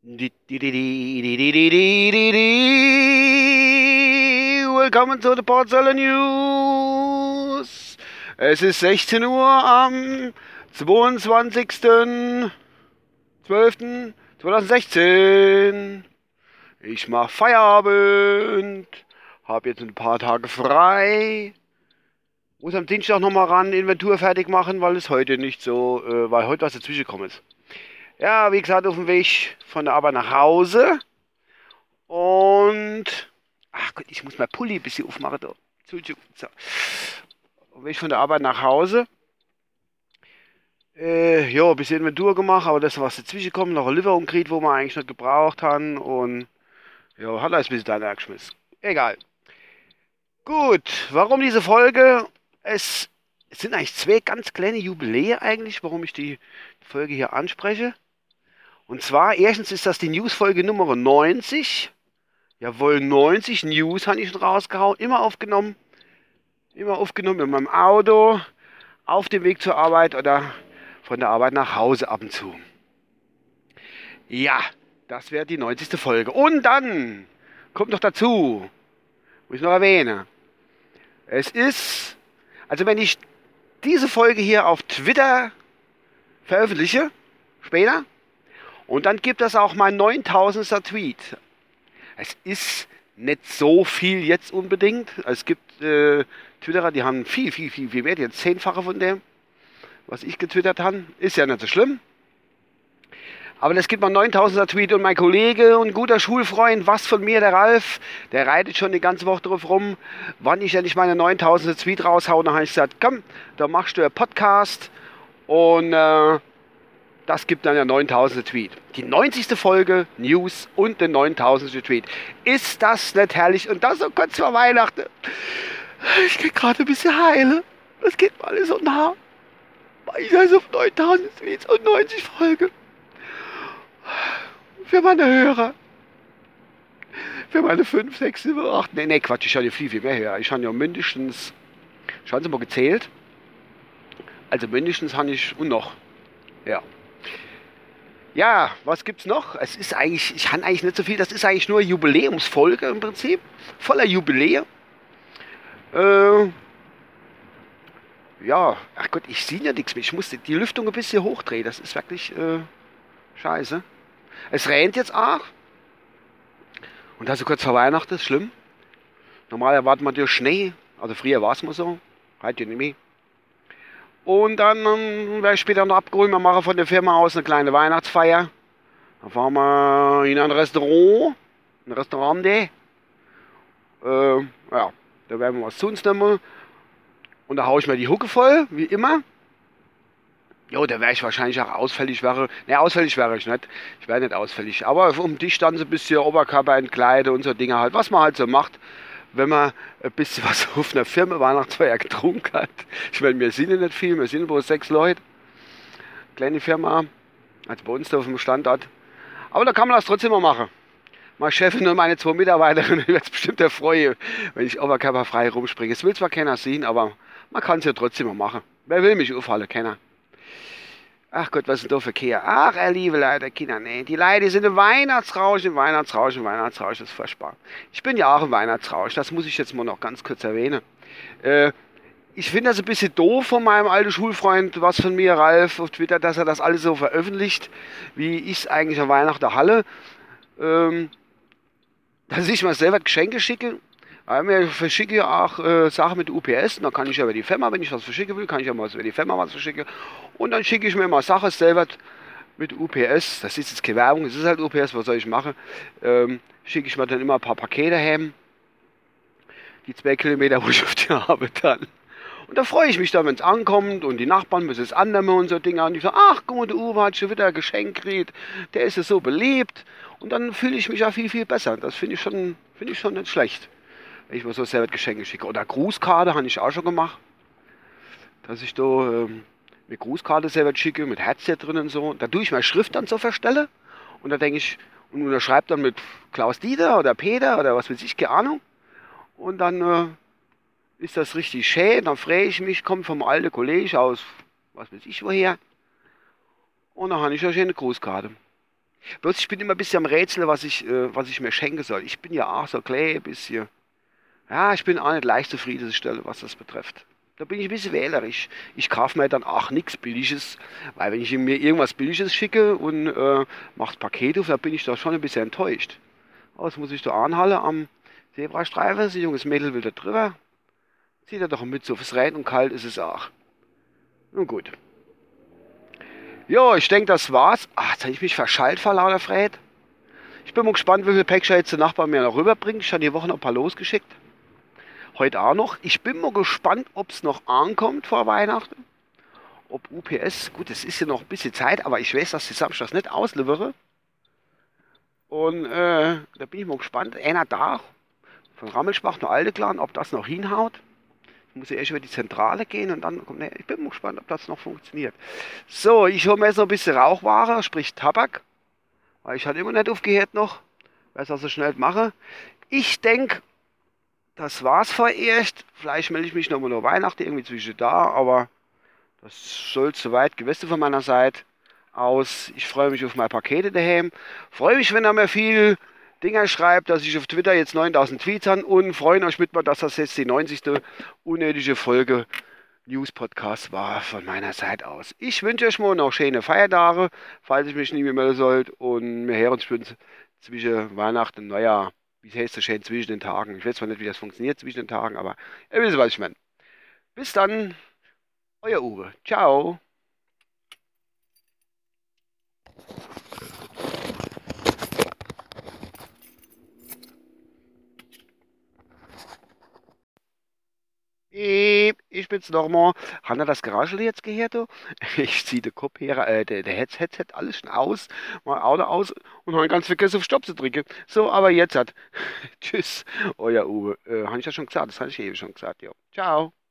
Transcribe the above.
Willkommen zu der Porzelle News. Es ist 16 Uhr am 22.12.2016. Ich mach Feierabend. Hab jetzt ein paar Tage frei. Muss am Dienstag nochmal ran, Inventur fertig machen, weil es heute nicht so, weil heute was dazwischen gekommen ist. Ja, wie gesagt, auf dem Weg von der Arbeit nach Hause. Und, ach Gott, ich muss mein Pulli ein bisschen aufmachen. Da. So. Auf dem Weg von der Arbeit nach Hause. Ja, ein bisschen Inventur gemacht, aber das ist was dazwischen gekommen. Noch eine Lieferung gekriegt, wo wir eigentlich nicht gebraucht haben. Und, ja, hat alles ein bisschen da geschmissen. Egal. Gut, warum diese Folge? Es sind eigentlich zwei ganz kleine Jubiläe eigentlich, warum ich die Folge hier anspreche. Und zwar, erstens ist das die News-Folge Nummer 90. Jawohl, 90 News habe ich schon rausgehauen. Immer aufgenommen in meinem Auto, auf dem Weg zur Arbeit oder von der Arbeit nach Hause ab und zu. Ja, das wäre die 90. Folge. Und dann kommt noch dazu, muss ich noch erwähnen, es ist, also wenn ich diese Folge hier auf Twitter veröffentliche, später, und dann gibt es auch mein 9000. Tweet. Es ist nicht so viel jetzt unbedingt. Es gibt Twitterer, die haben viel mehr. Die haben 10-fache von dem, was ich getwittert habe. Ist ja nicht so schlimm. Aber es gibt mal 9000. Tweet und mein Kollege und guter Schulfreund, was von mir, der Ralf, der reitet schon die ganze Woche drauf rum, wann ich endlich meine 9000. Tweet raushaue. Dann habe ich gesagt, komm, da machst du einen Podcast und das gibt dann der 9000. Tweet. Die 90. Folge News und der 9000. Tweet. Ist das nicht herrlich? Und das so kurz vor Weihnachten. Ich krieg gerade ein bisschen heile. Das geht mir alles so nah. Ich heiße auf 9000 Tweets und 90 Folgen. Für meine Hörer. Für meine 5, 6, 7, 8. Nee, Quatsch, ich habe ja viel mehr Hörer. Ich habe ja mindestens, schauen Sie mal gezählt. Also mindestens habe ich und noch. Ja. Ja, was gibt's noch? Es ist eigentlich, ich habe eigentlich nicht so viel, das ist eigentlich nur Jubiläumsfolge im Prinzip. Voller Jubiläe. Ja, ach Gott, ich sehe ja nichts mehr. Ich muss die Lüftung ein bisschen hochdrehen. Das ist wirklich scheiße. Es regnet jetzt auch. Und das so kurz vor Weihnachten, ist schlimm. Normal erwartet man ja Schnee. Also früher war es mal so. Heute nicht mehr. Und dann werde ich später noch abgeholt. Wir machen von der Firma aus eine kleine Weihnachtsfeier. Dann fahren wir in ein Restaurant. Ja, da werden wir was zu uns nehmen. Und da haue ich mir die Hucke voll, wie immer. Jo, da wäre ich wahrscheinlich auch ausfällig. Ne, ausfällig wäre ich nicht. Ich wäre nicht ausfällig. Aber um dich dann so ein bisschen Oberkörper entkleide und so Dinge halt. Was man halt so macht, wenn man ein bisschen was auf einer Firma Weihnachtsfeier getrunken hat. Ich meine, wir sind ja nicht viel. Wir sind bloß 6 Leute. Kleine Firma. Also bei uns da auf dem Standort. Aber da kann man das trotzdem mal machen. Meine Chefin und meine 2 Mitarbeiterinnen werden es bestimmt erfreuen, wenn ich oberkörperfrei rumspringe. Es will zwar keiner sehen, aber man kann es ja trotzdem mal machen. Wer will mich aufhalten? Keiner. Ach Gott, was ist denn da für Kehr? Ach, liebe Leute, Kinder, nee. Die Leute sind im Weihnachtsrausch. Das ist furchtbar. Ich bin ja auch im Weihnachtsrausch. Das muss ich jetzt mal noch ganz kurz erwähnen. Ich finde das ein bisschen doof von meinem alten Schulfreund, was von mir, Ralf, auf Twitter, dass er das alles so veröffentlicht, wie ich es eigentlich an Weihnachten halle. Dass ich mir selber Geschenke schicke. Ich verschicke ja auch Sachen mit UPS. Und dann kann ich ja über die Firma, wenn ich was verschicken will, kann ich ja mal über die Firma was verschicken. Und dann schicke ich mir mal Sachen selber mit UPS. Das ist jetzt keine Werbung, das ist halt UPS, was soll ich machen? Schicke ich mir dann immer ein paar Pakete heim. Die 2 Kilometer, wo ich auf die Arbeit dann. Und da freue ich mich dann, wenn es ankommt und die Nachbarn müssen es annehmen und so Dinge. Und ich sage, ach gut, der Uwe hat schon wieder ein Geschenk gekriegt. Der ist ja so beliebt. Und dann fühle ich mich ja viel besser. Das finde ich schon nicht schlecht. Wenn ich mir so selber Geschenke schicke. Oder Grußkarte habe ich auch schon gemacht. Dass ich da eine Grußkarte selber schicke, mit Herzchen drin und so. Da tue ich meine Schrift dann so verstelle. Und da denke ich, und unterschreibe dann mit Klaus Dieter oder Peter oder was weiß ich, keine Ahnung. Und dann ist das richtig schön. Dann freue ich mich, komme vom alten Kollege aus, was weiß ich woher. Und dann habe ich eine schöne Grußkarte. Bloß ich bin immer ein bisschen am Rätseln, was ich mir schenken soll. Ich bin ja auch so klein, ein bisschen. Ja, ich bin auch nicht leicht zufriedenzustellen, was das betrifft. Da bin ich ein bisschen wählerisch. Ich kaufe mir dann auch nichts Billiges, weil wenn ich mir irgendwas Billiges schicke und macht Paket auf, dann bin ich da schon ein bisschen enttäuscht. Aber jetzt muss ich da anhalten am Zebrastreifen, das junges Mädel will da drüber, zieht er doch eine Mütze aufs Rad und kalt ist es auch. Nun gut. Ja, ich denke, das war's. Ach, jetzt habe ich mich verschallt vor lauter Fred. Ich bin mal gespannt, wie viel Päckchen jetzt der Nachbar mir noch rüberbringt. Ich habe die Woche noch ein paar losgeschickt. Heute auch noch. Ich bin mal gespannt, ob es noch ankommt vor Weihnachten. Ob UPS, gut, es ist ja noch ein bisschen Zeit, aber ich weiß, dass die Samstags nicht ausliefere. Und da bin ich mal gespannt. Einer da, von Rammelschbach, nur alte Clan, ob das noch hinhaut. Ich muss ja erst über die Zentrale gehen und dann kommt. Ne, ich bin mal gespannt, ob das noch funktioniert. So, ich hole mir jetzt noch ein bisschen Rauchware, sprich Tabak. Weil ich hatte immer nicht aufgehört noch. Weiß was so schnell mache. Ich denke, das war's vorerst. Vielleicht melde ich mich nochmal nach Weihnachten irgendwie zwischen da, aber das soll soweit gewesen von meiner Seite aus. Ich freue mich auf meine Pakete daheim. Freue mich, wenn er mir viel Dinger schreibt, dass ich auf Twitter jetzt 9000 Tweets habe und freuen euch mit mir, dass das jetzt die 90. unnötige Folge News Podcast war von meiner Seite aus. Ich wünsche euch mal noch schöne Feiertage, falls ich mich nicht mehr melden sollte und wir hören uns zwischen Weihnachten und Neujahr. Wie heißt das schön zwischen den Tagen? Ich weiß zwar nicht, wie das funktioniert zwischen den Tagen, aber ihr wisst, was ich meine. Bis dann, euer Uwe. Ciao. Ich bin's nochmal. Hat er das Garagel jetzt gehört? Du? Ich zieh den Kopf her, der Headset alles schon aus, mein Auto aus und habe ganz vergessen auf Stopp zu drücken. So, aber jetzt hat. Tschüss, euer Uwe. Habe ich ja schon gesagt, das habe ich eben schon gesagt, ja. Ciao.